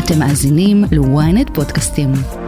אתם מאזינים ל-ynet פודקאסטים.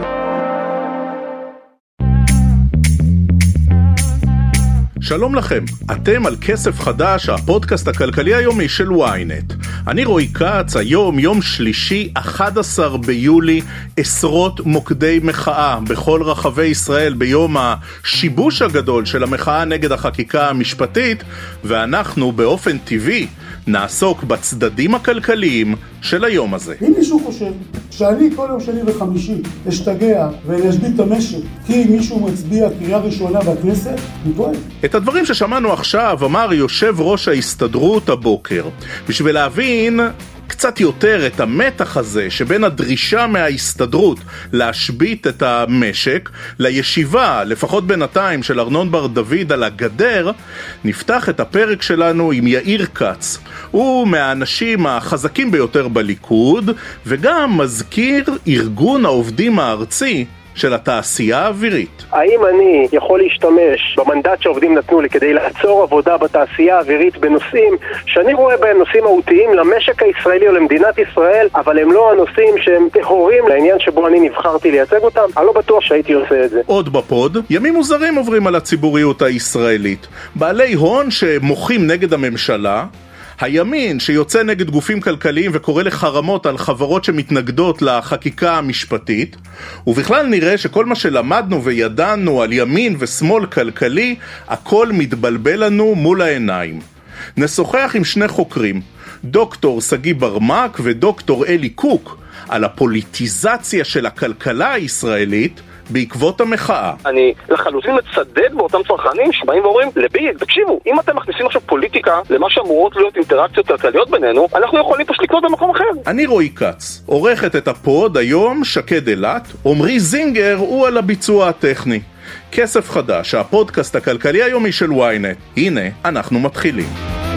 שלום לכם, אתם על כסף חדש, הפודקאסט הכלכלי היומי של ynet. אני רועי קץ, היום יום שלישי 11 ביולי, עשרות מוקדי מחאה בכל רחבי ישראל ביום השיבוש הגדול של המחאה נגד החקיקה המשפטית, ואנחנו באופן טבעי נעסוק בצדדים הכלכליים של היום הזה. אם מישהו חושב שאני כל יום שני וחמישי אשתגע ולהשבית את המשק כי מישהו מצביע קריאה ראשונה בכנסת, אני טועה. את הדברים ששמענו עכשיו אמר יושב ראש ההסתדרות הבוקר. בשביל להבין קצת יותר את המתח הזה שבין הדרישה מההסתדרות להשבית את המשק לישיבה, לפחות בינתיים, של ארנון בר דוד על הגדר, נפתח את הפרק שלנו עם יאיר קץ. הוא מהאנשים החזקים ביותר בליכוד, וגם מזכיר ארגון העובדים הארצי של התעשייה האווירית. האם אני יכול להשתמש במנדט שהעובדים נתנו לי כדי לעצור עבודה בתעשייה האווירית בנושאים שאני רואה בהם נושאים מהותיים למשק הישראלי או למדינת ישראל, אבל הם לא הנושאים שהם טהורים לעניין שבו אני נבחרתי לייצג אותם? אני לא בטוח שהייתי עושה את זה. עוד בפוד, ימים מוזרים עוברים על הציבוריות הישראלית. בעלי הון שמוחים נגד הממשלה, הימין שיוצא נגד גופים כלכליים וקורא לחרמות על חברות שמתנגדות לחקיקה המשפטית, ובכלל נראה שכל מה שלמדנו וידענו על ימין ושמאל כלכלי, הכל מתבלבל לנו מול העיניים. נשוחח עם שני חוקרים, דוקטור סגי ברמק ודוקטור אלי קוק, על הפוליטיזציה של הכלכלה הישראלית בעקבות המחאה. אני לחלוטין מצדד באותם צרכנים שבאים ואומרים לבי, תקשיבו, אם אתם מכניסים עכשיו פוליטיקה למה שאמורות להיות אינטראקציות כלכליות בינינו, אנחנו יכולים פשוט לקנות במקום אחר. אני רועי קץ, עורכת את הפוד היום שקד אילת, עומרי זינגר הוא על הביצוע הטכני. כסף חדש, הפודקאסט הכלכלי היומי של ynet. הנה, אנחנו מתחילים.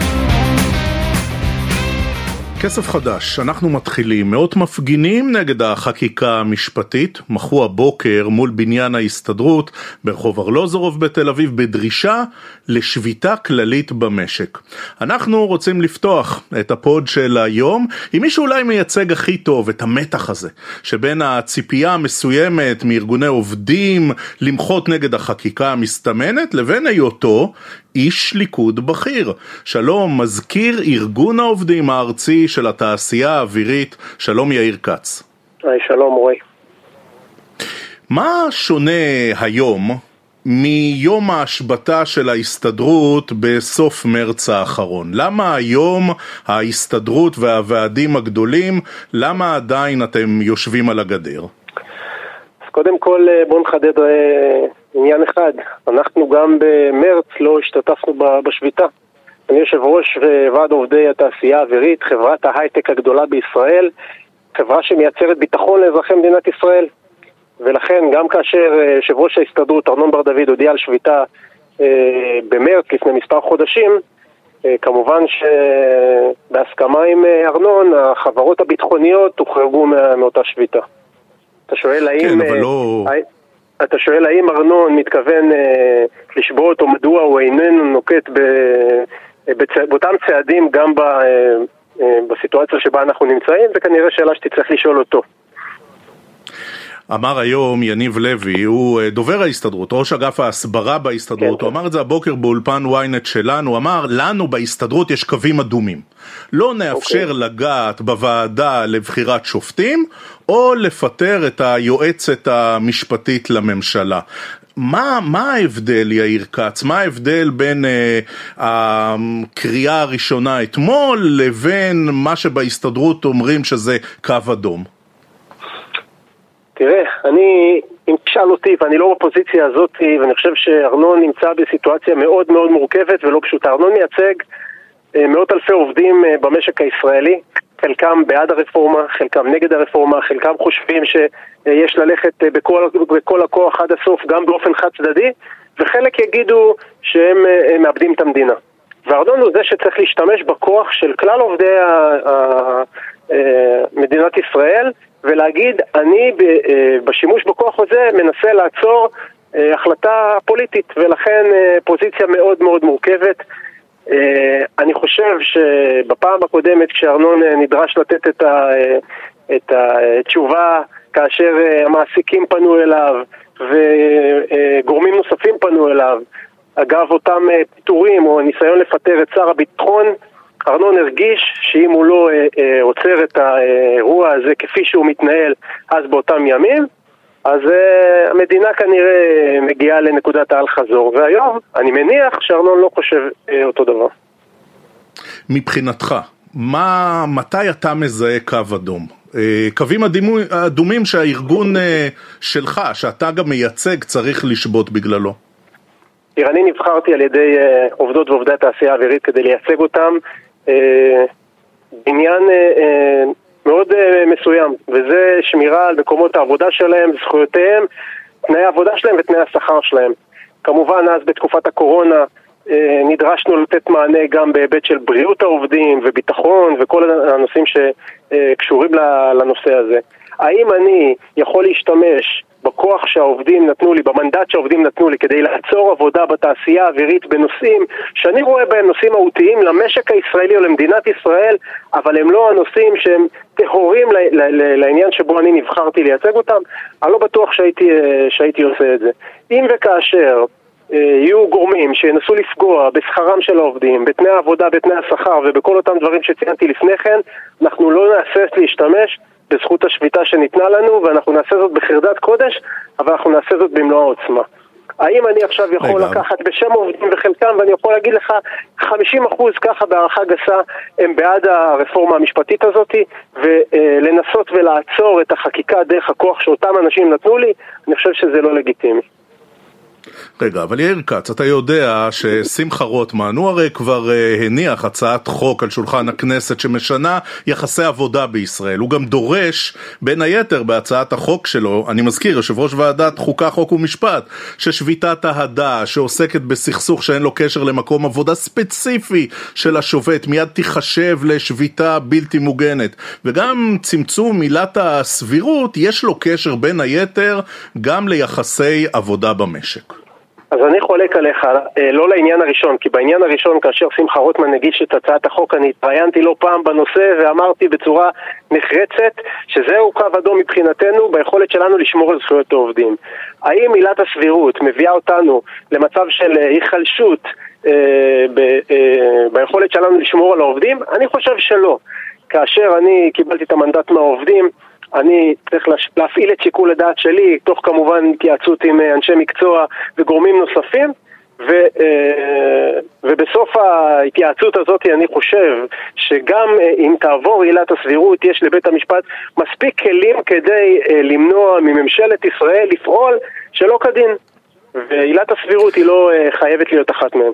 כסף חדש, אנחנו מתחילים. מאות מפגינים נגד החקיקה המשפטית מחו הבוקר מול בניין ההסתדרות ברחוב ארלוזורוב בתל אביב בדרישה לשביתה כללית במשק. אנחנו רוצים לפתוח את הפוד של היום עם מישהו אולי מייצג הכי טוב את המתח הזה שבין הציפייה המסוימת מארגוני עובדים למחות נגד החקיקה המסתמנת לבין היותו איש ליכוד בכיר. שלום, מזכיר ארגון העובדים הארצי של התעשייה האווירית, שלום יאיר קץ. שלום רועי. מה שונה היום מיום ההשבתה של ההסתדרות בסוף מרץ האחרון? למה היום ההסתדרות והוועדים הגדולים, למה עדיין אתם יושבים על הגדר? אז קודם כל בוא נחדד עניין אחד, אנחנו גם במרץ לא השתתפנו בשביתה. אני יושב ראש ועד עובדי התעשייה האווירית, חברת ההייטק הגדולה בישראל, חברה שמייצרת ביטחון לאזרחי מדינת ישראל. ולכן גם כאשר יושב ראש ההסתדרות ארנון בר דוד הודיע על שביתה במרץ לפני מספר חודשים, כמובן שבהסכמה עם ארנון החברות הביטחוניות הוחרגו מאותה שביתה. אתה שואל האם... כן, אבל לא... אתה שואל האם ארנון מתכוון לשבות או מדוע הוא איננו נוקט באותם צעדים גם בסיטואציה שבה אנחנו נמצאים, זה כנראה שאלה שתצטרך לשאול אותו. אמר היום יניב לוי, הוא דובר ההסתדרות, ראש אגף ההסברה בהסתדרות, כן. הוא אמר את זה הבוקר באולפן ynet שלנו, הוא אמר לנו בהסתדרות יש קווים אדומים. לא נאפשר לגעת בוועדה לבחירת שופטים, או לפטר את היועצת המשפטית לממשלה. מה ההבדל יאיר קץ? מה ההבדל בין הקריאה הראשונה אתמול לבין מה שבהסתדרות אומרים שזה קו אדום? תראה, אם תשאל אותי, ואני לא בפוזיציה הזאת, ואני חושב שארנון נמצא בסיטואציה מאוד מאוד מורכבת ולא פשוטה. ארנון מייצג מאות אלפי עובדים במשק הישראלי, חלקם בעד הרפורמה, חלקם נגד הרפורמה, חלקם חושבים שיש ללכת בכל הכוח עד הסוף, גם באופן חד צדדי, וחלק יגידו שהם מאבדים את המדינה. וארנון הוא זה שצריך להשתמש בכוח של כלל עובדי מדינת ישראל, ולהגיד, אני בשימוש בכוח הזה מנסה לעצור החלטה פוליטית, ולכן פוזיציה מאוד מאוד מורכבת. אני חושב שבפעם הקודמת כשארנון נדרש לתת את התשובה כאשר המעסיקים פנו אליו וגורמים נוספים פנו אליו אגב אותם פיטורים או ניסיון לפטר את שר הביטחון. ארנון הרגיש שאם הוא לא עוצר את האירוע הזה כפי שהוא מתנהל אז באותם ימים, אז המדינה כנראה מגיעה לנקודת האל חזור, והיום אני מניח שארנון לא חושב אותו דבר. מבחינתך, מתי אתה מזהה קו אדום? קווים אדומים שהארגון שלך, שאתה גם מייצג, צריך לשבות בגללו? אני נבחרתי על ידי עובדות ועובדי התעשייה האווירית כדי לייצג אותם בעניין מאוד מסוים, וזה שמירה על מקומות העבודה שלהם, זכויותיהם, תנאי העבודה שלהם ותנאי השכר שלהם. כמובן אז בתקופת הקורונה נדרשנו לתת מענה גם בהיבט של בריאות העובדים וביטחון וכל הנושאים שקשורים לנושא הזה. האם אני יכול להשתמש בכוח שהעובדים נתנו לי, במנדט שהעובדים נתנו לי כדי לעצור עבודה בתעשייה האווירית בנושאים שאני רואה בהם נושאים מהותיים למשק הישראלי או למדינת ישראל, אבל הם לא הנושאים שהם טהורים לעניין שבו אני נבחרתי לייצג אותם? אני לא בטוח שהייתי עושה את זה. אם וכאשר יהיו גורמים שינסו לפגוע בשכרם של העובדים, בתנאי העבודה, בתנאי השכר ובכל אותם דברים שציינתי לפני כן, אנחנו לא נעשה להשתמש בזכות השביתה שניתנה לנו, ואנחנו נעשה זאת בחרדת קודש, אבל אנחנו נעשה זאת במלוא העוצמה. האם אני עכשיו יכול לקחת בשם עובדים וחלקם, ואני יכול להגיד לך 50% ככה בהערכה גסה הם בעד הרפורמה המשפטית הזאת, ולנסות ולעצור את החקיקה דרך הכוח שאותם אנשים נתנו לי, אני חושב שזה לא לגיטימי. רגע, אבל יאיר כץ, אתה יודע ששמחה רוטמן, הוא הרי כבר הניח הצעת חוק על שולחן הכנסת שמשנה יחסי עבודה בישראל. הוא גם דורש, בין היתר בהצעת החוק שלו, אני מזכיר, יושב ראש ועדת חוקה, חוק ומשפט, ששביתת ההדה, שעוסקת בסכסוך שאין לו קשר למקום עבודה ספציפי של השובת, מיד תיחשב לשביתה בלתי מוגנת. וגם צמצום מילת הסבירות, יש לו קשר בין היתר גם ליחסי עבודה במשק. אז אני חולק עליך, לא לעניין הראשון, כי בעניין הראשון כאשר שמחה רוטמן הגיש את הצעת החוק, אני התראיינתי לא פעם בנושא ואמרתי בצורה נחרצת שזהו קו אדום מבחינתנו ביכולת שלנו לשמור על זכויות העובדים. האם מילת הסבירות מביאה אותנו למצב של היחלשות ביכולת שלנו לשמור על העובדים? אני חושב שלא. כאשר אני קיבלתי את המנדט מהעובדים, אני צריך להפעיל את שיקול הדעת שלי, תוך כמובן התייעצות עם אנשי מקצוע וגורמים נוספים, ובסוף ההתייעצות הזאת אני חושב שגם אם תעבור עילת הסבירות, יש לבית המשפט מספיק כלים כדי למנוע מממשלת ישראל לפעול שלא כדין, ועילת הסבירות היא לא חייבת להיות אחת מהם.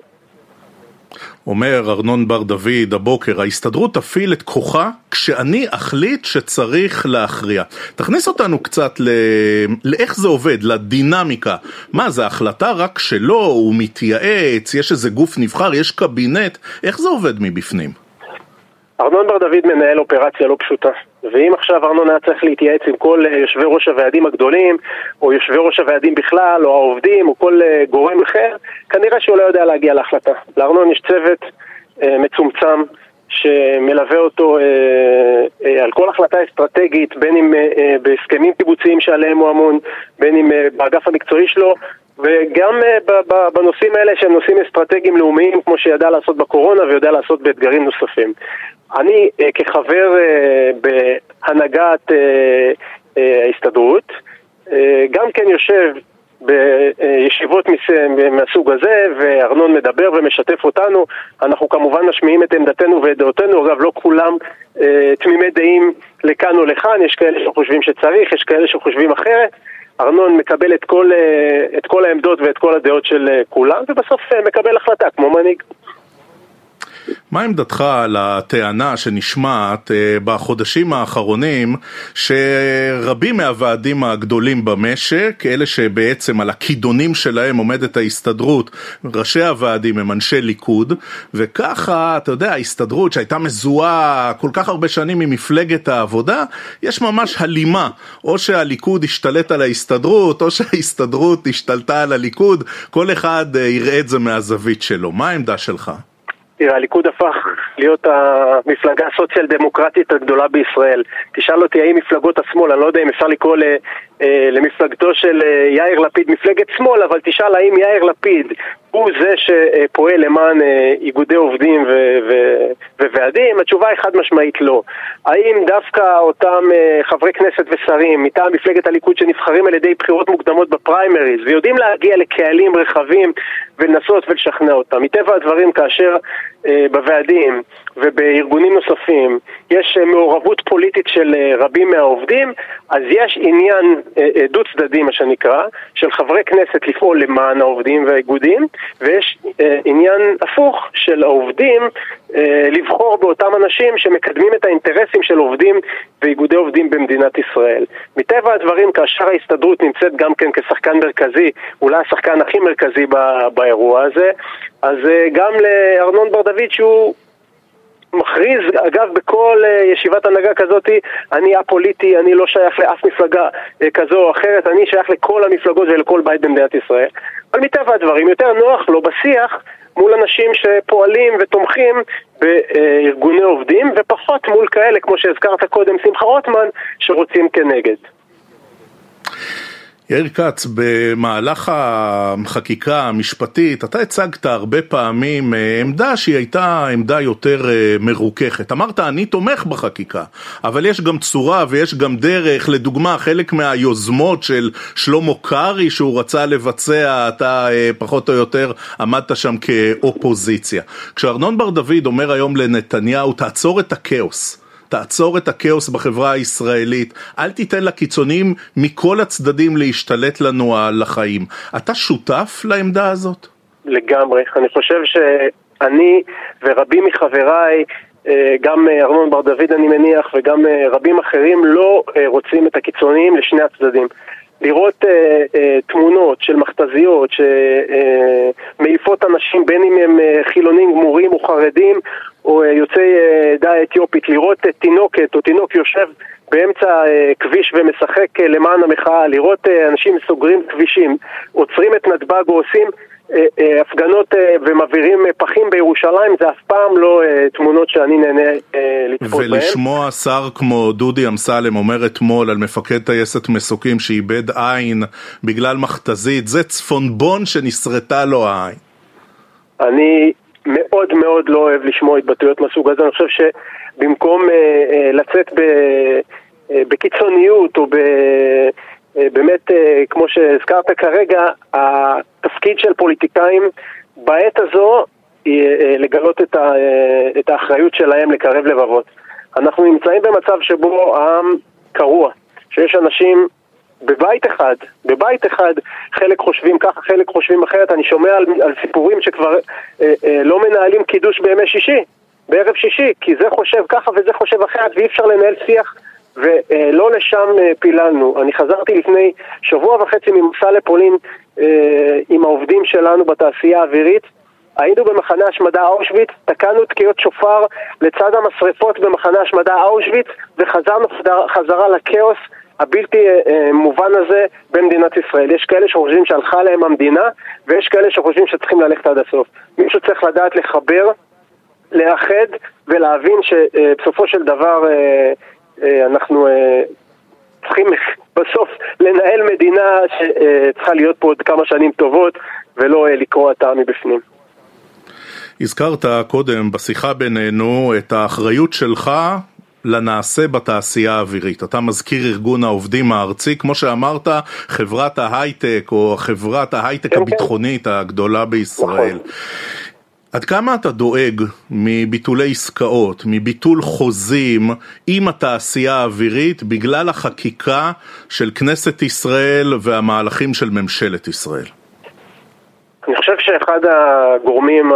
אומר ארנון בר דוד הבוקר, ההסתדרות תפעיל את כוחה כשאני אחליט שצריך להכריע. תכניס אותנו קצת לאיך זה עובד, לדינמיקה. מה, זה החלטה רק שלו, הוא מתייעץ, יש איזה גוף נבחר, יש קבינט, איך זה עובד מבפנים? ארנון בר דוד מנהל אופרציה לא פשוטה, ואם עכשיו ארנון היה צריך להתייעץ עם כל יושבי ראש הוועדים הגדולים, או יושבי ראש הוועדים בכלל, או העובדים, או כל גורם אחר, כנראה שהוא לא יודע להגיע להחלטה. לארנון יש צוות מצומצם שמלווה אותו על כל החלטה אסטרטגית, בין אם בהסכמים קיבוציים שעליהם הוא אמון, בין אם באגף המקצועי שלו, וגם בנושאים האלה שהם נושאים אסטרטגיים לאומיים, כמו שידע לעשות בקורונה ויודע לעשות באתגרים נוספים. אני כחבר בהנהגת ההסתדרות, גם כן יושב בישיבות מהסוג הזה, וארנון מדבר ומשתף אותנו. אנחנו כמובן משמיעים את עמדתנו ואת דעותינו. אגב, לא כולם תמימי דעים לכאן או לכאן, יש כאלה שחושבים שצריך, יש כאלה שחושבים אחרת. ארנון מקבל את כל העמדות ואת כל הדעות של כולם, ובסוף מקבל החלטה כמו מנהיג. מה עמדתך על הטענה שנשמעת בחודשים האחרונים שרבים מהוועדים הגדולים במשק, אלה שבעצם על הכידונים שלהם עומדת ההסתדרות, ראשי הוועדים הם אנשי ליכוד, וככה, אתה יודע, ההסתדרות שהייתה מזוהה כל כך הרבה שנים ממפלגת העבודה, יש ממש הלימה, או שהליכוד השתלט על ההסתדרות, או שההסתדרות השתלטה על הליכוד, כל אחד יראה את זה מהזווית שלו. מה העמדה שלך? תראה, הליכוד הפך להיות המפלגה הסוציאל דמוקרטית הגדולה בישראל. תשאל אותי האם מפלגות השמאל, אני לא יודע אם אפשר לקרוא למפלגתו של יאיר לפיד מפלגת שמאל, אבל תשאל האם יאיר לפיד הוא זה שפועל למען איגודי עובדים וועדים, התשובה היא חד משמעית לא. האם דווקא אותם חברי כנסת ושרים מטעם מפלגת הליכוד שנבחרים על ידי בחירות מוקדמות בפריימריז ויודעים להגיע לקהלים רחבים ולנסות ולשכנע אותם, מטבע הדברים כאשר בוועדים ובארגונים נוספים יש מעורבות פוליטית של רבים מהעובדים, אז יש עניין דו צדדי מה שנקרא של חברי כנסת לפעול למען העובדים והאיגודים, ויש עניין הפוך של העובדים לבחור באותם אנשים שמקדמים את האינטרסים של עובדים ואיגודי עובדים במדינת ישראל. מטבע הדברים כאשר ההסתדרות נמצאת גם כן כשחקן מרכזי, אולי השחקן הכי מרכזי באירוע הזה, אז גם לארנון בר דוד שהוא מכריז, אגב, בכל ישיבת הנהגה כזאת, אני הפוליטי, אני לא שייך לאף מפלגה כזו או אחרת, אני שייך לכל המפלגות ולכל בית במדינת ישראל. אבל מטבע הדברים יותר נוח לו בשיח מול אנשים שפועלים ותומכים בארגוני עובדים, ופחות מול כאלה, כמו שהזכרת קודם, שמחה רוטמן, שרוצים כנגד. יאיר כץ, במהלך החקיקה המשפטית, אתה הצגת הרבה פעמים עמדה שהיא הייתה עמדה יותר מרוככת. אמרת, אני תומך בחקיקה, אבל יש גם צורה ויש גם דרך. לדוגמה, חלק מהיוזמות של שלמה קרעי שהוא רצה לבצע, אתה פחות או יותר עמדת שם כאופוזיציה. כשארנון בר דוד אומר היום לנתניהו, תעצור את הכאוס. תעצור את הכאוס בחברה הישראלית, אל תיתן לקיצונים מכל הצדדים להשתלט לנו על החיים. אתה שותף לעמדה הזאת? לגמרי. אני חושב שאני ורבים מחבריי, גם ארנון בר דוד אני מניח, וגם רבים אחרים לא רוצים את הקיצוניים לשני הצדדים. לראות תמונות של מכתזיות שמעיפות אנשים, בין אם הם חילונים גמורים או חרדים או יוצאי עדה אתיופית, לראות תינוקת או תינוק יושב באמצע כביש ומשחק למען המחאה, לראות אנשים סוגרים כבישים, עוצרים את נתב"ג או עושים הפגנות ומעבירים פחים בירושלים, זה אף פעם לא תמונות שאני נהנה לצפות בהן. ולשמוע שר כמו דודי אמסלם אומר אתמול על מפקד טייסת מסוקים שאיבד עין בגלל מכתזית, זה צפונבון שנשרטה לו העין. אני מאוד מאוד לא אוהב לשמוע התבטאויות מהסוג הזה. אני חושב שבמקום לצאת בקיצוניות או באמת, כמו שהזכרת כרגע, התפקיד של פוליטיקאים בעת הזו היא לגלות את האחריות שלהם לקרב לבבות. אנחנו נמצאים במצב שבו העם קרוע, שיש אנשים בבית אחד, חלק חושבים ככה, חלק חושבים אחרת. אני שומע על סיפורים שכבר לא מנהלים קידוש בימי שישי, בערב שישי, כי זה חושב ככה וזה חושב אחרת, ואי אפשר לנהל שיח, ולא לשם פיללנו. אני חזרתי לפני שבוע וחצי ממסע לפולין עם העובדים שלנו בתעשייה האווירית. היינו במחנה השמדה אושוויץ, תקענו תקיעות שופר לצד המשרפות במחנה השמדה אושוויץ, וחזרנו חזרה לקאוס הבלתי מובן הזה במדינת ישראל. יש כאלה שחושבים שהלכה להם המדינה, ויש כאלה שחושבים שצריכים ללכת עד הסוף. מישהו צריך לדעת לחבר, לאחד ולהבין שבסופו של דבר אנחנו צריכים בסוף לנהל מדינה שצריכה להיות פה עוד כמה שנים טובות ולא לקרוא אותה מבפנים. הזכרת קודם בשיחה בינינו את האחריות שלך לנעשה בתעשייה האווירית. אתה מזכיר ארגון העובדים הארצי, כמו שאמרת, חברת ההייטק או חברת ההייטק הביטחונית הגדולה בישראל. עד כמה אתה דואג מביטולי עסקאות, מביטול חוזים עם התעשייה האווירית בגלל החקיקה של כנסת ישראל והמהלכים של ממשלת ישראל? אני חושב שאחד הגורמים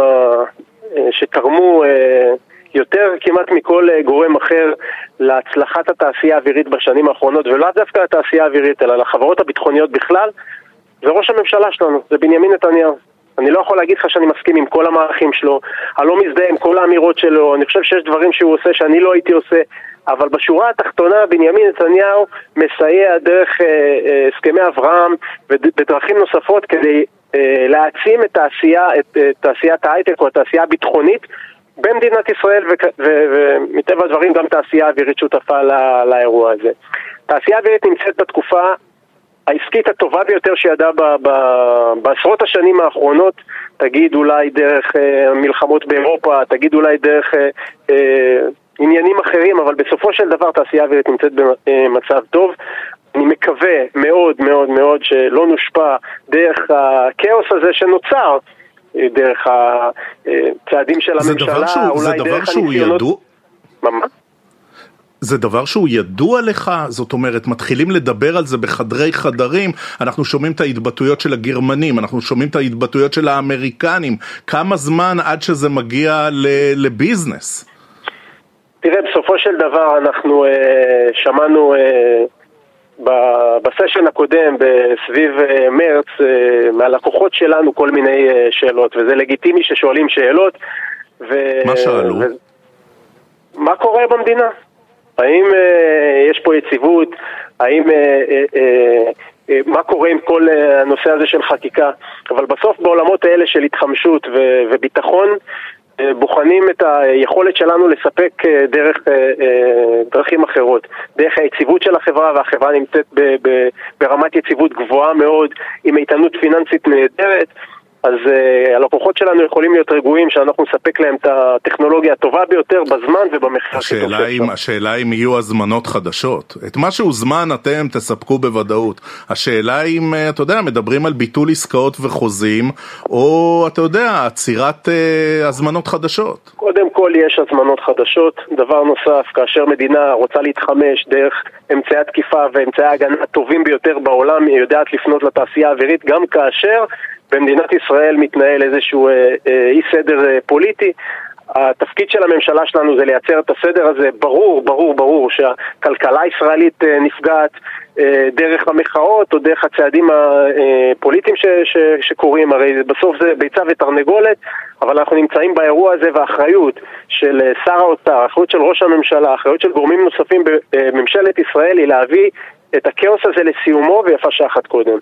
שתרמו יותר כמעט מכל גורם אחר להצלחת התעשייה האווירית בשנים האחרונות, ולא דווקא התעשייה האווירית אלא לחברות הביטחוניות בכלל, זה ראש הממשלה שלנו, זה בנימין נתניהו. אני לא יכול להגיד לך שאני מסכים עם כל המערכים שלו, אני לא מזדהה עם כל האמירות שלו, אני חושב שיש דברים שהוא עושה שאני לא הייתי עושה, אבל בשורה התחתונה בנימין נתניהו מסייע דרך הסכמי אברהם ובדרכים נוספות כדי להעצים את תעשיית ההייטק או התעשייה הביטחונית, במדינת ישראל, ומטבע הדברים גם תעשייה אווירית שותפה לאירוע הזה. תעשייה אווירית נמצאת בתקופה העסקית הטובה ביותר שידעה בעשרות השנים האחרונות, תגיד אולי דרך מלחמות באירופה, תגיד אולי דרך עניינים אחרים, אבל בסופו של דבר תעשייה אווירית נמצאת במצב טוב. אני מקווה מאוד מאוד מאוד שלא נושפע דרך הכאוס הזה שנוצר, דרך הצעדים של הממשלה, אולי דרך הניסיונות. מה? זה דבר שהוא ידוע לך? זאת אומרת, מתחילים לדבר על זה בחדרי חדרים, אנחנו שומעים את ההתבטאויות של הגרמנים, אנחנו שומעים את ההתבטאויות של האמריקנים, כמה זמן עד שזה מגיע לביזנס? תראה, בסופו של דבר אנחנו שמענו בסשן הקודם, בסביב מרץ, מהלקוחות שלנו כל מיני שאלות, וזה לגיטימי ששואלים שאלות. מה שאלו? מה קורה במדינה? האם יש פה יציבות? האם מה קורה עם כל הנושא הזה של חקיקה? אבל בסוף בעולמות האלה של התחמשות וביטחון, בוחנים את היכולת שלנו לספק דרך דרכים אחרות, דרך היציבות של החברה, והחברה נמצאת ברמת יציבות גבוהה מאוד, עם איתנות פיננסית נהדרת. אז הלקוחות שלנו יכולים להיות רגועים שאנחנו נספק להם את הטכנולוגיה הטובה ביותר בזמן ובמחיר הכי טוב. השאלה אם יהיו הזמנות חדשות. את מה שהוזמן אתם תספקו בוודאות. השאלה אם, אתה יודע, מדברים על ביטול עסקאות וחוזים, או, אתה יודע, עצירת הזמנות חדשות. קודם כל יש הזמנות חדשות. דבר נוסף, כאשר מדינה רוצה להתחמש דרך אמצעי התקיפה ואמצעי ההגנה הטובים ביותר בעולם, היא יודעת לפנות לתעשייה האווירית, גם כאשר במדינת ישראל מתנהל איזשהו אי סדר פוליטי. התפקיד של הממשלה שלנו זה לייצר את הסדר הזה. ברור שהכלכלה הישראלית נפגעת דרך המחאות או דרך הצעדים הפוליטיים שקורים. הרי בסוף זה ביצה ותרנגולת, אבל אנחנו נמצאים באירוע הזה, והאחריות של שר האוצר, האחריות של ראש הממשלה, האחריות של גורמים נוספים בממשלת ישראל היא להביא את הכאוס הזה לסיומו, ויפה שעה אחת קודם.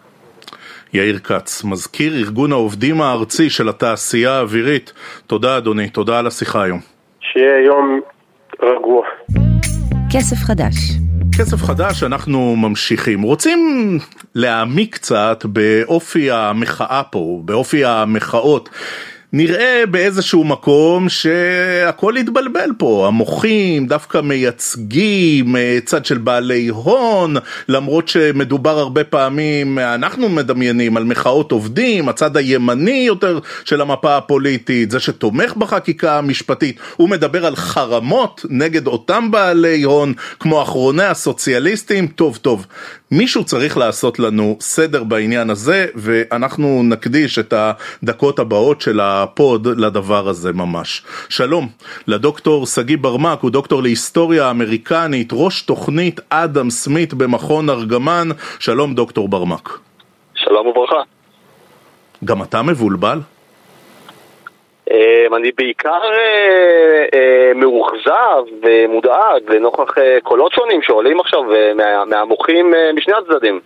יאיר כץ, מזכיר ארגון העובדים הארצי של התעשייה האווירית. תודה אדוני, תודה על השיחה היום. שיהיה יום רגוע. כסף חדש. כסף חדש, אנחנו ממשיכים. רוצים להעמיק קצת באופי המחאה פה, באופי המחאות. נראה באיזשהו מקום שהכל יתבלבל פה, המוחים דווקא מייצגים צד של בעלי הון, למרות שמדובר הרבה פעמים, אנחנו מדמיינים על מחאות עובדים, הצד הימני יותר של המפה הפוליטית, זה שתומך בחקיקה המשפטית, הוא מדבר על חרמות נגד אותם בעלי הון, כמו אחרוני הסוציאליסטים. טוב, מישהו צריך לעשות לנו סדר בעניין הזה, ואנחנו נקדיש את הדקות הבאות של הפוד לדבר הזה ממש. שלום לדוקטור סגי ברמק, הוא דוקטור להיסטוריה אמריקנית, ראש תוכנית אדם סמית במכון ארגמן. שלום דוקטור ברמק. שלום וברכה. גם אתה מבולבל? אני בעיקר מאוכזב ומודאג לנוכח קולות שונים שעולים עכשיו מהמוחים משני הצדדים.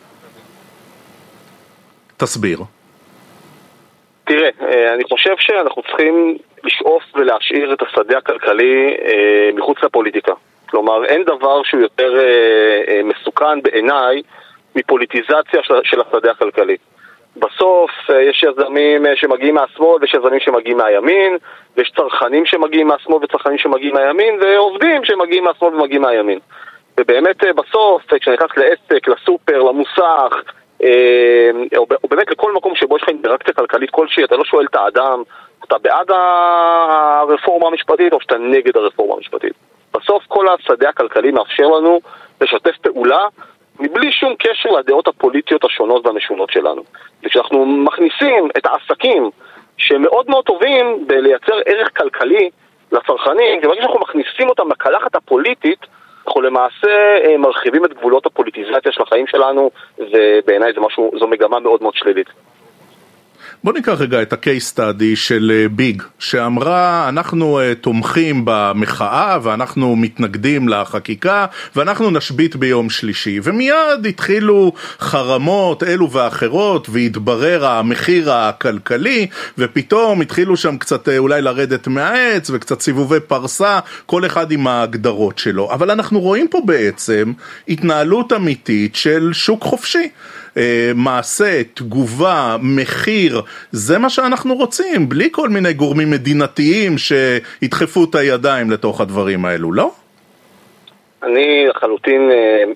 תסביר. תראה, אני חושב שאנחנו צריכים לשאוף ולהשאיר את השדה הכלכלי מחוץ לפוליטיקה. כלומר, אין דבר שהוא יותר מסוכן בעיניי מפוליטיזציה של השדה הכלכלי. בסוף יש יזמים שמגיעים מהשמאל ויש יזמים שמגיעים מהימין, ויש צרכנים שמגיעים מהשמאל וצרכנים שמגיעים מהימין, ועובדים שמגיעים מהשמאל ומגיעים מהימין. ובאמת בסוף, כשנכנס לעסק, לסופר, למוסך, או באמת לכל מקום שבו יש לך אינטראקציה כלכלית כלשהי, אתה לא שואל את האדם, אתה בעד הרפורמה המשפטית או שאתה נגד הרפורמה המשפטית. בסוף כל השדה הכלכלי מאפשר לנו לשתף פעולה מבלי שום קשר לדעות הפוליטיות השונות והמשונות שלנו. וכשאנחנו מכניסים את העסקים שמאוד מאוד טובים בלייצר ערך כלכלי לצרכנים, וברגע שאנחנו מכניסים אותם לקלחת הפוליטית, אנחנו למעשה מרחיבים את גבולות הפוליטיזציה של החיים שלנו, ובעיניי זו מגמה מאוד מאוד שלילית. בוא ניקח רגע את הקייס סטאדי של ביג, שאמרה אנחנו תומכים במחאה ואנחנו מתנגדים לחקיקה ואנחנו נשבית ביום שלישי, ומיד התחילו חרמות אלו ואחרות והתברר המחיר הכלכלי, ופתאום התחילו שם קצת אולי לרדת מהעץ וקצת סיבובי פרסה, כל אחד עם ההגדרות שלו. אבל אנחנו רואים פה בעצם התנהלות אמיתית של שוק חופשי. מעשה, תגובה, מחיר, זה מה שאנחנו רוצים, בלי כל מיני גורמים מדינתיים שידחפו את הידיים לתוך הדברים האלו, לא? אני לחלוטין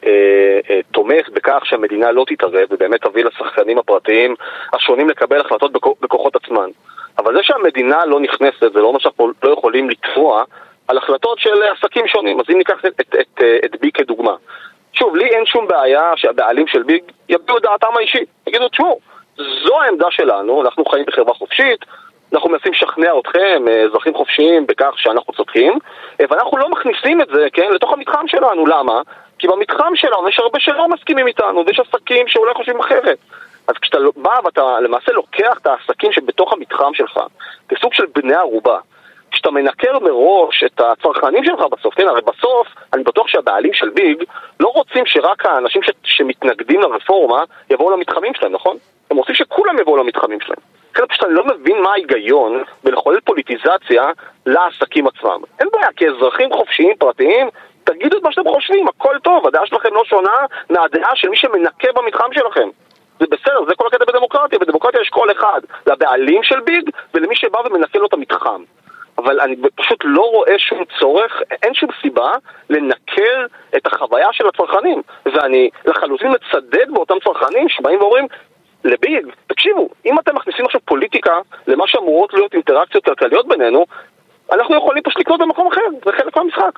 תומך בכך שהמדינה לא תתערב ובאמת תביא לשחקנים הפרטיים השונים לקבל החלטות בכוחות עצמן. אבל זה שהמדינה לא נכנסת, זה לא אומר שאנחנו לא יכולים לתבוע על החלטות של עסקים שונים. אז אם ניקח את ביג כדוגמה. שוב, לי אין שום בעיה שהבעלים של ביג יביעו את דעתם האישית. יגידו, תשמעו, זו העמדה שלנו, אנחנו חיים בחברה חופשית, אנחנו מנסים לשכנע אתכם, אזרחים חופשיים, בכך שאנחנו צודקים, ואנחנו לא מכניסים את זה, כן, לתוך המתחם שלנו. למה? כי במתחם שלנו יש הרבה שלא מסכימים איתנו, ויש עסקים שאולי חושבים אחרת. אז כשאתה בא ואתה למעשה לוקח את העסקים שבתוך המתחם שלך, כסוג של בני ערובה, כשאתה מנקר מראש את הצרכנים שלך בסוף, כן, הרי בסוף אני בטוח שהבעלים של ביג לא רוצים שרק האנשים שמתנגדים לרפורמה יבואו למתחמים שלהם, נכון? הם רוצים שכולם יבואו למתחמים שלהם. כן, פשוט אני לא מבין מה ההיגיון בלחולל פוליטיזציה לעסקים עצמם. אין בעיה, כאזרחים חופשיים פרטיים, תגידו את מה שאתם חושבים, הכל טוב, הדעה שלכם לא שונה מהדעה של מי שמנקה במתחם שלכם. זה בסדר, זה כל הקטע בדמוקרטיה. בדמוקרטיה יש כל אחד, לבעלים של ביג ולמי שבא ומנקה לו את המתחם. אבל אני פשוט לא רואה שום צורך, אין שום סיבה לנקר את החוויה של הצרכנים. ואני לחלוטין מצדד באותם צרכנים שבאים ואומרים לביג, תקשיבו, אם אתם מכניסים עכשיו פוליטיקה למה שאמורות להיות אינטראקציות כלכליות בינינו, אנחנו יכולים פשוט לקנות במקום אחר, זה חלק מהמשחק.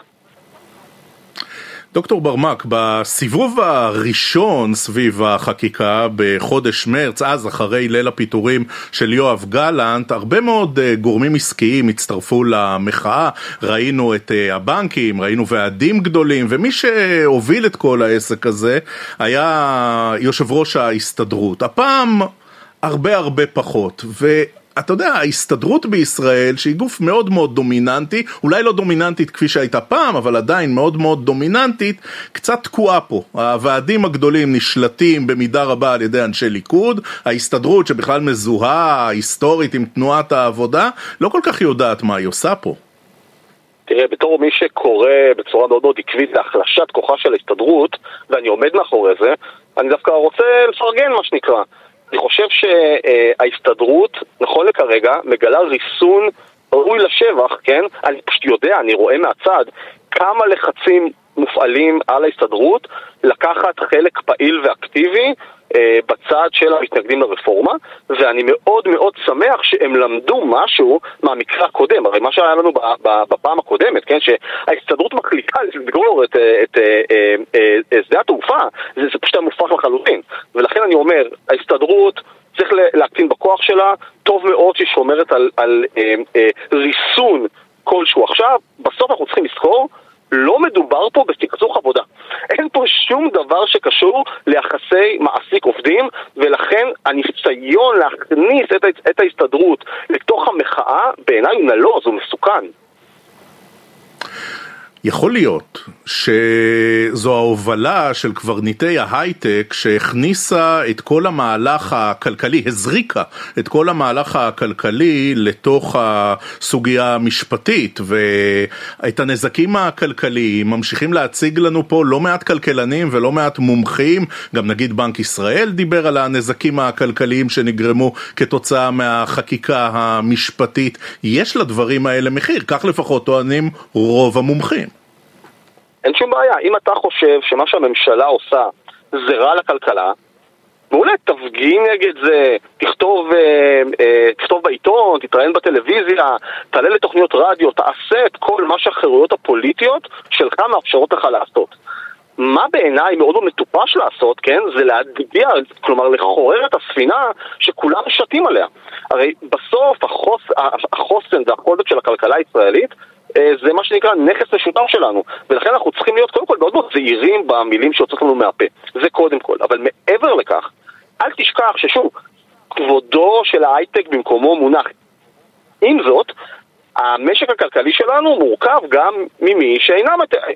דוקטור ברמק, בסיבוב הראשון סביב החקיקה בחודש מרץ, אז אחרי ליל הפיטורים של יואב גלנט, הרבה מאוד גורמים עסקיים הצטרפו למחאה. ראינו את הבנקים, ראינו ועדים גדולים, ומי שהוביל את כל העסק הזה היה יושב ראש ההסתדרות. הפעם הרבה פחות, אתה יודע, ההסתדרות בישראל, שהיא גוף מאוד מאוד דומיננטי, אולי לא דומיננטית כפי שהייתה פעם, אבל עדיין מאוד מאוד דומיננטית, קצת תקועה פה. הוועדים הגדולים נשלטים במידה רבה על ידי אנשי ליכוד, ההסתדרות שבכלל מזוהה היסטורית עם תנועת העבודה, לא כל כך יודעת מה היא עושה פה. תראה, בתור מי שקורא בצורה מאוד מאוד עקבית להחלשת כוחה של ההסתדרות, ואני עומד מאחורי זה, אני דווקא רוצה לפרגן מה שנקרא. אני חושב שההסתדרות, נכון לכרגע, מגלה ריסון ראוי לשבח, כן? אני פשוט יודע, אני רואה מהצד כמה לחצים מופעלים על ההסתדרות לקחת חלק פעיל ואקטיבי בצד של המתנגדים לרפורמה, ואני מאוד מאוד שמח שהם למדו משהו מהמקרה הקודם. הרי מה שהיה לנו בפעם הקודמת, כן, שההסתדרות מחליטה לסגור את שדה התעופה, זה פשוט מופרך לחלוטין. ולכן אני אומר, ההסתדרות צריך להקטין בכוח שלה, טוב מאוד שהיא שומרת על ריסון כלשהו. עכשיו, בסוף אנחנו צריכים לזכור, לא מדובר פה בסכסוך עבודה. אין פה שום דבר שקשור ליחסי מעסיק עובדים, ולכן הניסיון להכניס את ההסתדרות לתוך המחאה, בעיניי הוא נלוז, הוא מסוכן. יכול להיות שזו ההובלה של קברניטי ההייטק שהכניסה את כל המהלך הכלכלי, הזריקה את כל המהלך הכלכלי לתוך הסוגיה המשפטית, ואת הנזקים הכלכליים ממשיכים להציג לנו פה לא מעט כלכלנים ולא מעט מומחים. גם נגיד בנק ישראל דיבר על הנזקים הכלכליים שנגרמו כתוצאה מהחקיקה המשפטית. יש לדברים האלה מחיר, כך לפחות טוענים רוב המומחים. אין שום בעיה, אם אתה חושב שמה שהממשלה עושה זה רע לכלכלה, ואולי תפגין נגד זה, תכתוב בעיתון, תתראיין בטלוויזיה, תעלה לתוכניות רדיו, תעשה את כל מה שהחירויות הפוליטיות שלך מאפשרות לך לעשות. מה בעיניי מאוד מטופש לעשות, כן, זה להדביע, כלומר לחורר את הספינה שכולם שתים עליה. הרי בסוף החוסן והחוזק של הכלכלה הישראלית זה מה שנקרא נכס משותף שלנו, ולכן אנחנו צריכים להיות קודם כל מאוד מאוד זהירים במילים שיוצאות לנו מהפה, זה קודם כל. אבל מעבר לכך, אל תשכח ששוב, כבודו של ההייטק במקומו מונח. עם זאת, המשק הכלכלי שלנו מורכב גם ממי שאינם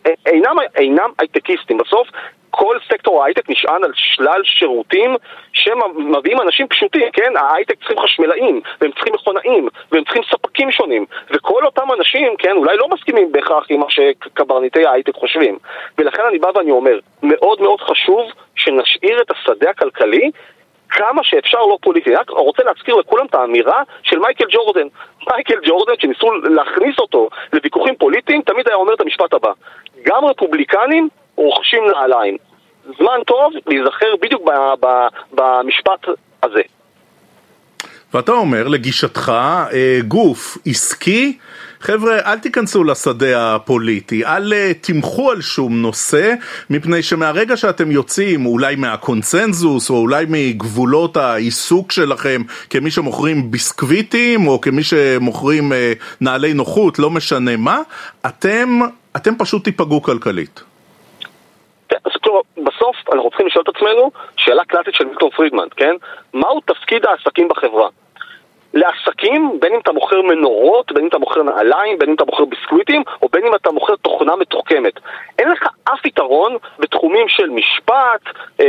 הייטקיסטים. בסוף כל סקטור ההייטק נשען על שלל שירותים שמביאים אנשים פשוטים, כן? ההייטק צריכים חשמלאים, והם צריכים מכונאים, והם צריכים ספקים שונים, וכל אותם אנשים, כן, אולי לא מסכימים בהכרח עם מה שקברניטי ההייטק חושבים. ולכן אני בא ואני אומר, מאוד מאוד חשוב שנשאיר את השדה הכלכלי כמה שאפשר לא פוליטי. אני רוצה להזכיר לכולם את האמירה של מייקל ג'ורדן. מייקל ג'ורדן, שניסו להכניס אותו לוויכוחים פוליטיים, תמיד היה אומר את המשפט הבא: גם רפובליקנים רוכשים נעליים. זמן טוב להיזכר בדיוק במשפט הזה. ואתה אומר, לגישתך, גוף עסקי, חבר'ה, אל תיכנסו לשדה הפוליטי, אל תמחו על שום נושא, מפני שמהרגע שאתם יוצאים אולי מהקונצנזוס, או אולי מגבולות העיסוק שלכם, כמי שמוכרים ביסקוויטים, או כמי שמוכרים נעלי נוחות, לא משנה מה, אתם פשוט תיפגעו כלכלית. אז כלומר, בסוף אנחנו צריכים לשאול את עצמנו שאלה קלאסית של מילטון פרידמן, כן? מהו תפקיד העסקים בחברה? לעסקים, בין אם אתה מוכר מנורות, בין אם אתה מוכר נעליים, בין אם אתה מוכר ביסקוויטים, או בין אם אתה מוכר תוכנה מתוחכמת. אין לך אף יתרון בתחומים של משפט,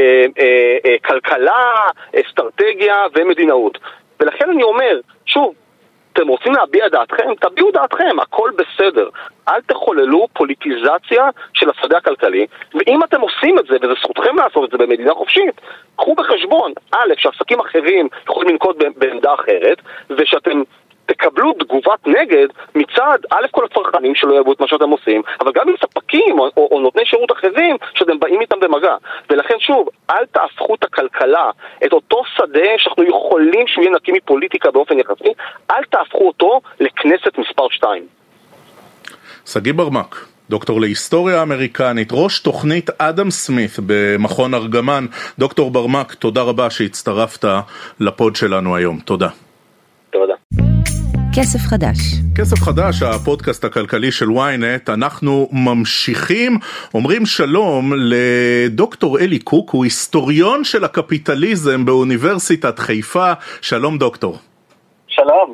כלכלה, אסטרטגיה ומדינאות. ולכן אני אומר, שוב, אתם רוצים להביע דעתכם? תביעו דעתכם, הכל בסדר. אל תחוללו פוליטיזציה של השדה הכלכלי, ואם אתם עושים את זה, וזה זכותכם לעשות את זה במדינה חופשית, קחו בחשבון, א', שעסקים אחרים יכולים לנקוט בעמדה אחרת, ושאתם תקבלו תגובת נגד מצד, א', כל הצרכנים שלא יאהבו את מה שאתם עושים, אבל גם מספקים או נותני שירות אחרים שאתם באים איתם במגע. ולכן שוב, אל תהפכו את הכלכלה, את אותו שדה שאנחנו יכולים שהוא יהיה נקי מפוליטיקה באופן יחסי, אל תהפכו אותו לכנסת מספר 2. סגי ברמק, דוקטור להיסטוריה אמריקנית, ראש תוכנית אדם סמית במכון ארגמן. דוקטור ברמק, תודה רבה שהצטרפת לפוד שלנו היום. תודה. תודה. כסף חדש. כסף חדש, הפודקאסט הכלכלי של ynet. אנחנו ממשיכים, אומרים שלום לדוקטור אלי קוק, הוא היסטוריון של הקפיטליזם באוניברסיטת חיפה. שלום דוקטור. שלום.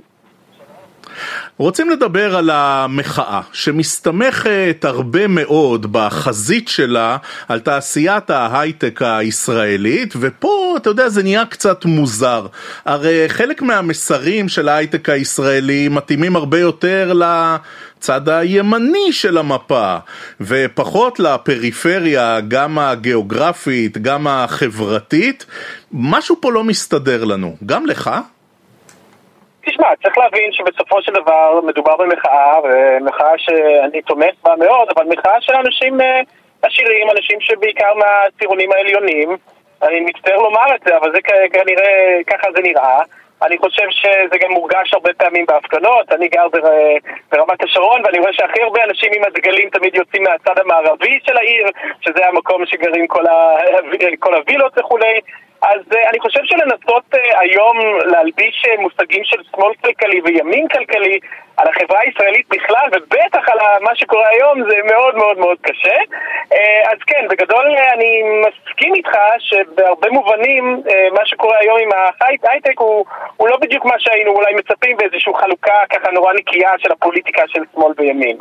רוצים לדבר על המחאה שמסתמכת הרבה מאוד בחזית שלה על תעשיית ההייטק הישראלית, ופה אתה יודע זה נהיה קצת מוזר. הרי חלק מהמסרים של ההייטק הישראלי מתאימים הרבה יותר לצד הימני של המפה ופחות לפריפריה, גם הגיאוגרפית גם החברתית. משהו פה לא מסתדר לנו, גם לך? תשמע, צריך להבין שבסופו של דבר מדובר במחאה, ומחאה שאני תומך בה מאוד, אבל מחאה של אנשים עשירים, אנשים שבעיקר מהצירונים העליונים. אני מצטער לומר את זה, אבל זה כנראה, ככה זה נראה. אני חושב שזה גם מורגש הרבה פעמים בהפגנות. אני גר ברמת השרון, ואני רואה שהכי הרבה אנשים עם הדגלים תמיד יוצאים מהצד המערבי של העיר, שזה המקום שגרים כל הווילות וכולי. אז אני חושב שלנסות היום להלביש מושגים של שמאל כלכלי וימין כלכלי על החברה הישראלית בכלל, ובטח על מה שקורה היום, זה מאוד מאוד מאוד קשה. אז כן, בגדול אני מסכים איתך שבהרבה מובנים מה שקורה היום עם ההייטק הוא לא בדיוק מה שהיינו אולי מצפים באיזושהי חלוקה ככה נורא נקייה של הפוליטיקה של שמאל וימין.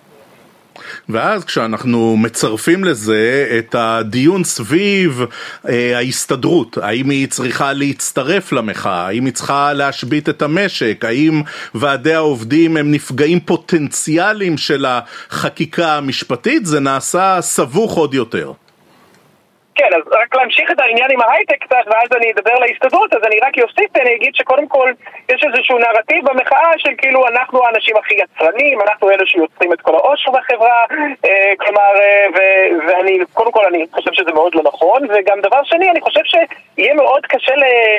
ואז כשאנחנו מצרפים לזה את הדיון סביב ההסתדרות, האם היא צריכה להצטרף למחאה, האם היא צריכה להשבית את המשק, האם ועדי העובדים הם נפגעים פוטנציאליים של החקיקה המשפטית, זה נעשה סבוך עוד יותר. כן, אז רק להמשיך את העניין עם ההייטק קצת, ואז אני אדבר להסתדרות, אז אני רק יוסיף ואני אגיד שקודם כל יש איזשהו נרטיב במחאה של כאילו אנחנו האנשים הכי יצרנים, אנחנו אלה שיוצרים את כל העושר בחברה, כלומר, ואני, קודם כל אני חושב שזה מאוד לא נכון, וגם דבר שני, אני חושב שיהיה מאוד קשה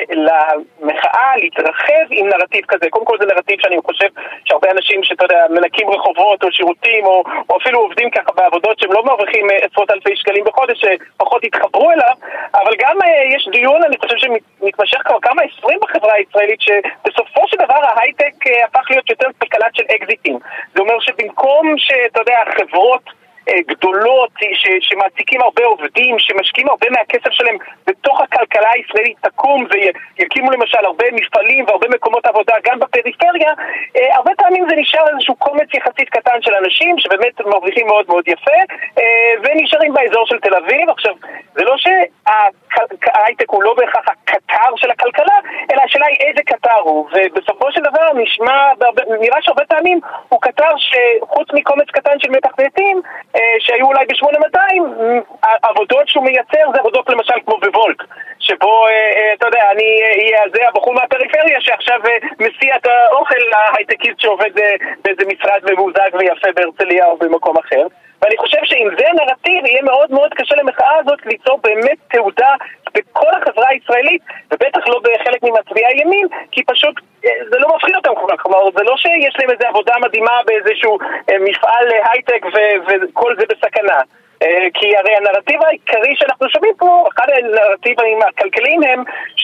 למחאה להתרחב עם נרטיב כזה. קודם כל זה נרטיב שאני חושב שהרבה אנשים שאתה יודע, מנקים רחובות או שירותים, או אפילו עובדים ככה בעבודות שהם לא מרוויחים עשרות אלפי שקלים בחודש, שפחות יתחברו אליו, אבל גם יש דיון, אני חושב שמתמשך כבר כמה 20 בחברה הישראלית, שבסופו של דבר ההייטק הפך להיות יותר כלכלה של אקזיטים. זה אומר שבמקום שאתה יודע, חברות גדולות שמעסיקים הרבה עובדים, שמשקיעים הרבה מהכסף שלהם בתוך הכלכלה הישראלית תקום ויקימו למשל הרבה מפעלים והרבה מקומות עבודה גם בפריפריה, הרבה פעמים זה נשאר איזשהו קומץ יחסית קטן של אנשים שבאמת מרוויחים מאוד מאוד יפה ונשארים באזור של תל אביב. עכשיו, זה לא שההייטק הוא לא בהכרח הקטר של הכלכלה, אלא השאלה היא איזה קטר הוא, ובסופו של דבר נראה שהרבה פעמים הוא קטר שחוץ מקומץ קטן של מתכנתים שהיו אולי ב-8200, העבודות שהוא מייצר זה עבודות למשל כמו בוולט, שבו, אתה יודע, זה הבחור מהפריפריה שעכשיו מסיע את האוכל להייטקיסט שעובד באיזה משרד ממוזג ויפה בהרצליה או במקום אחר. ואני חושב שאם זה נרטיב יהיה מאוד מאוד קשה למחאה הזאת ליצור באמת תעודה בכל החברה הישראלית, ובטח לא בחלק ממצביעי הימין, כי פשוט זה לא מפחיד אותם כל כך. כלומר, זה לא שיש להם איזו עבודה מדהימה באיזשהו מפעל הייטק וכל זה בסכנה. כי הרי הנרטיב העיקרי שאנחנו שומעים פה, אחד הנרטיבים הכלכליים הם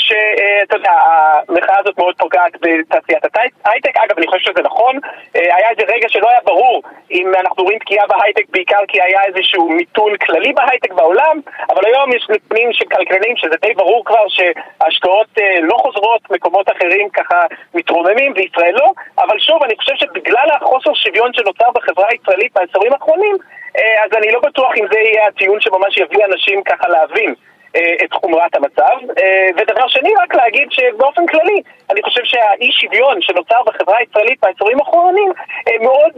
שאתה יודע, המחאה הזאת מאוד פוגעת בתעשיית ההייטק. אגב, אני חושב שזה נכון, היה איזה רגע שלא היה ברור אם אנחנו רואים פגיעה בהייטק בעיקר כי היה איזשהו מיתון כללי בהייטק בעולם, אבל היום יש נתונים של כלכלנים שזה די ברור כבר שההשקעות לא חוזרות, מקומות אחרים ככה מתרוממים וישראל לא, אבל שוב, אני חושב שבגלל החוסר שוויון שנוצר בחברה הישראלית בעשורים האחרונים, אז אני לא בטוח אם זה יהיה הטיעון שממש יביא אנשים ככה להבין את חומרת המצב. ודבר שני, רק להגיד שבאופן כללי, אני חושב שהאי שוויון שנוצר בחברה הישראלית בעשורים האחרונים מאוד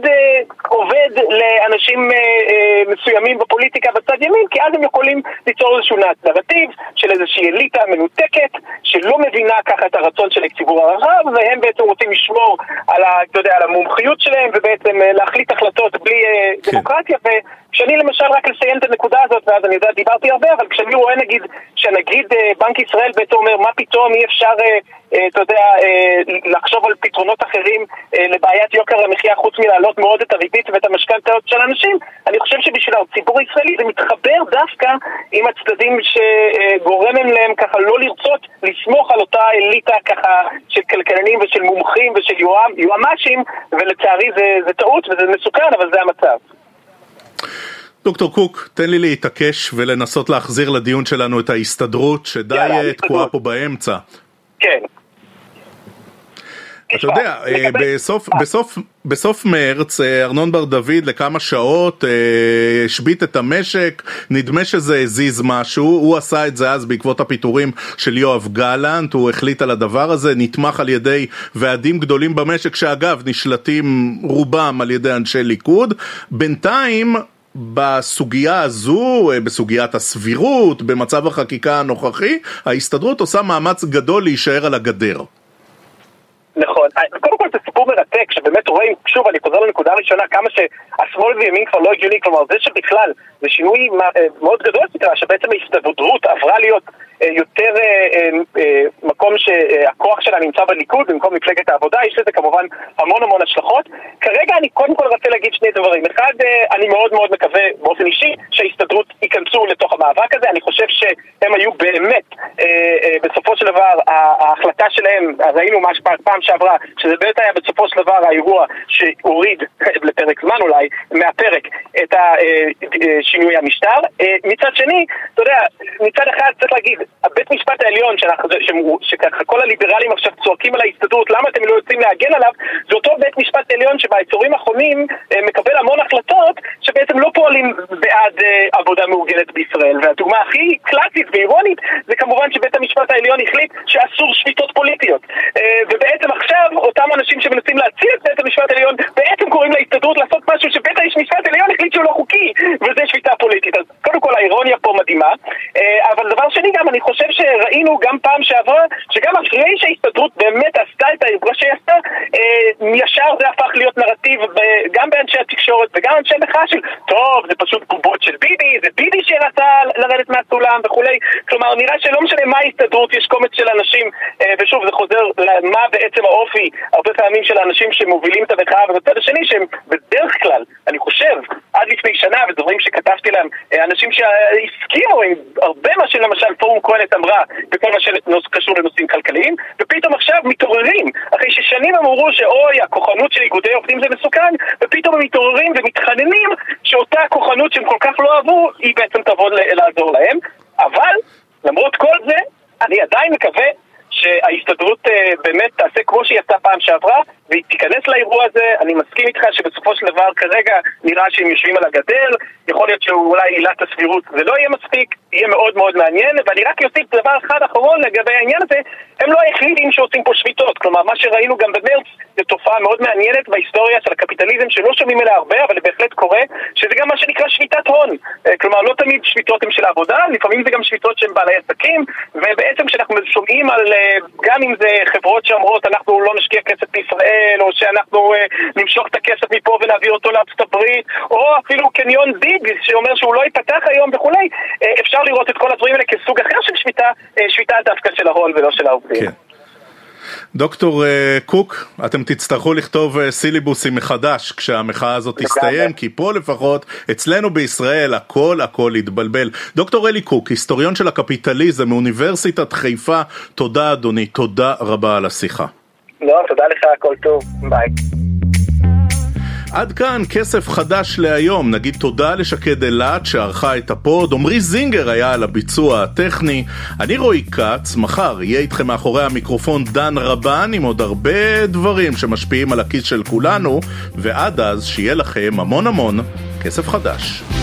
עובד לאנשים מסוימים בפוליטיקה בצד ימין, כי אז הם יכולים ליצור איזשהו נרטיב של איזושהי אליטה מנותקת שלא מבינה ככה את הרצון של הציבור הרחב, והם בעצם רוצים לשמור על, אתה יודע, על המומחיות שלהם ובעצם להחליט החלטות בלי דמוקרטיה. וכשאני למשל רק לסיים את הנקודה הזאת, ואז אני יודע, דיברתי הרבה, אבל כשאני רואה נגיד שנגיד בנק ישראל בעצם אומר מה פתאום אי אפשר אתה יודע, לחשוב על פתרונות אחרים לבעיית יוקר המחיה חוץ מלהעלות מאוד את הריבית ואת המשכנתאות של אנשים, אני חושב שבשביל הציבור הישראלי זה מתחבר דווקא עם הצדדים שגורמים להם ככה לא לרצות לסמוך על אותה אליטה ככה של כלכלנים ושל מומחים ושל יועמ"שים, ולצערי זה טעות וזה מסוכן, אבל זה המצב. דוקטור קוק, תן לי להתעקש ולנסות להחזיר לדיון שלנו את ההסתדרות שדי תקועה פה באמצע. כן. אתה יודע, בסוף מרץ ארנון בר דוד לכמה שעות השבית את המשק, נדמה שזה הזיז משהו, הוא עשה את זה אז בעקבות הפיטורים של יואב גלנט, הוא החליט על הדבר הזה, נתמך על ידי ועדים גדולים במשק שאגב נשלטים רובם על ידי אנשי ליכוד. בינתיים בסוגיה הזו, בסוגיית הסבירות, במצב החקיקה הנוכחי, ההסתדרות עושה מאמץ גדול להישאר על הגדר. נכון, קודם כל זה סיפור מרתק שבאמת רואים, שוב אני חוזר לנקודה הראשונה, כמה שהשמאל וימין כבר לא הגיוני, כלומר זה שבכלל זה שינוי מאוד גדול סתרה, שבעצם ההסתדרות עברה להיות יותר מקום שהכוח שלה נמצא בליכוד במקום מפלגת העבודה, יש לזה כמובן המון השלכות. כרגע אני קודם כל רוצה להגיד שני דברים. אחד, אני מאוד מאוד מקווה באופן אישי שההסתדרות ייכנסו לתוך המאבק הזה, אני חושב שהם היו באמת בסופו של דבר ההחלטה שלהם, ראינו מה פעם שעברה, שזה באמת היה בסופו של דבר האירוע שהוריד לפרק זמן אולי מהפרק את שינוי המשטר. מצד שני, אתה יודע, מצד אחד צריך להגיד, הבית משפט העליון שככה כל הליברלים עכשיו צועקים על ההסתדרות, למה אתם לא יוצאים להגן עליו, זה אותו בית משפט העליון שבעשורים האחרונים מקבל המון החלטות שבעצם לא פועלים בעד עבודה מאורגנת בישראל. והדוגמה הכי קלאסית ואירונית זה כמובן שבית המשפט העליון החליט שאסור שביתות פוליטיות, ובעצם עכשיו אותם אנשים שמנסים להציל את בית המשפט העליון בעצם קוראים להסתדרות לעשות משהו שבית המשפט העליון החליט שהוא לא חוקי, וזה שביתה פוליטית. אז קודם כל האירוניה פה מדהימה, אבל דבר שני גם אני חושב שראינו גם פעם שעברה שגם אחרי שההסתדרות באמת עשתה את העברה שהיא עשתה, ישר זה הפך להיות נרטיב גם באנשי התקשורת וגם אנשי מחאה של טוב, זה פשוט בובות של ביבי, זה ביבי שרצה לרדת מהסולם וכולי. כלומר, נראה שלא משנה מה ההסתדרות, יש קומץ של אנשים, ושוב, זה חוזר למה בעצם האופי, הרבה פעמים של האנשים שמובילים את המחאה, ובצד השני שהם בדרך כלל, אני חושב, עד לפני שנה, ודברים שכתבתי להם, אנשים שהסכימו עם הרבה מה שלמשל פורום קהלת אמרה, בכל מה שקשור לנושאים כלכליים, ופתאום עכשיו מתעוררים, אחרי ששנים אמרו שאוי, הכוחנות של איגודי עובדים זה מסוכן, ופתאום הם מתעוררים ומתחננים שאותה הכוחנות שהם כל כך לא אהבו, היא בעצם תבוא לעזור להם. אבל, למרות כל זה, אני עדיין מקווה שההסתדרות באמת תעשה כמו שהיא עשתה פעם שעברה, והיא תיכנס לאירוע הזה. אני מסכים איתך שבסופו של דבר כרגע נראה שהם יושבים על הגדר, יכול להיות שאולי עילת הסבירות זה לא יהיה מספיק, יהיה מאוד מאוד מעניין, ואני רק יוסיף דבר אחד אחרון לגבי העניין הזה, הם לא היחידים שעושים פה שביתות, כלומר מה שראינו גם במרץ זה תופעה מאוד מעניינת בהיסטוריה של הקפיטליזם שלא שומעים אליה הרבה, אבל בהחלט קורה, שזה גם מה שנקרא שביתת הון, כלומר לא תמיד שביתות הם של העבודה, לפעמים זה גם שביתות שהם בעלי עסקים, ובעצם כשאנחנו שומעים על, גם אם זה חברות שאומרות אנחנו לא נשקיע כסף בישראל, או שאנחנו נמשוך את הכסף מפה ונעביר אותו לארצות הברית, או אפילו קניון דיג שאומר שהוא לא ייפתח היום וכולי, אפשר לראות את כל הדברים האלה כסוג אחר של שביתה דווקא של ההון ולא של העובדים. כן. דוקטור קוק, אתם תצטרכו לכתוב סיליבוסים מחדש כשהמחאה הזאת תסתיים, כי פה לפחות אצלנו בישראל הכל התבלבל. דוקטור אלי קוק, היסטוריון של הקפיטליזם מאוניברסיטת חיפה, תודה אדוני, תודה רבה על השיחה. לא, תודה לך, הכל טוב, ביי. עד כאן כסף חדש להיום. נגיד תודה לשקד אלת שערכה את הפוד, עמרי זינגר היה על הביצוע הטכני, אני רועי קץ, מחר יהיה איתכם מאחורי המיקרופון דן רבן עם עוד הרבה דברים שמשפיעים על הכיס של כולנו, ועד אז שיהיה לכם המון כסף חדש.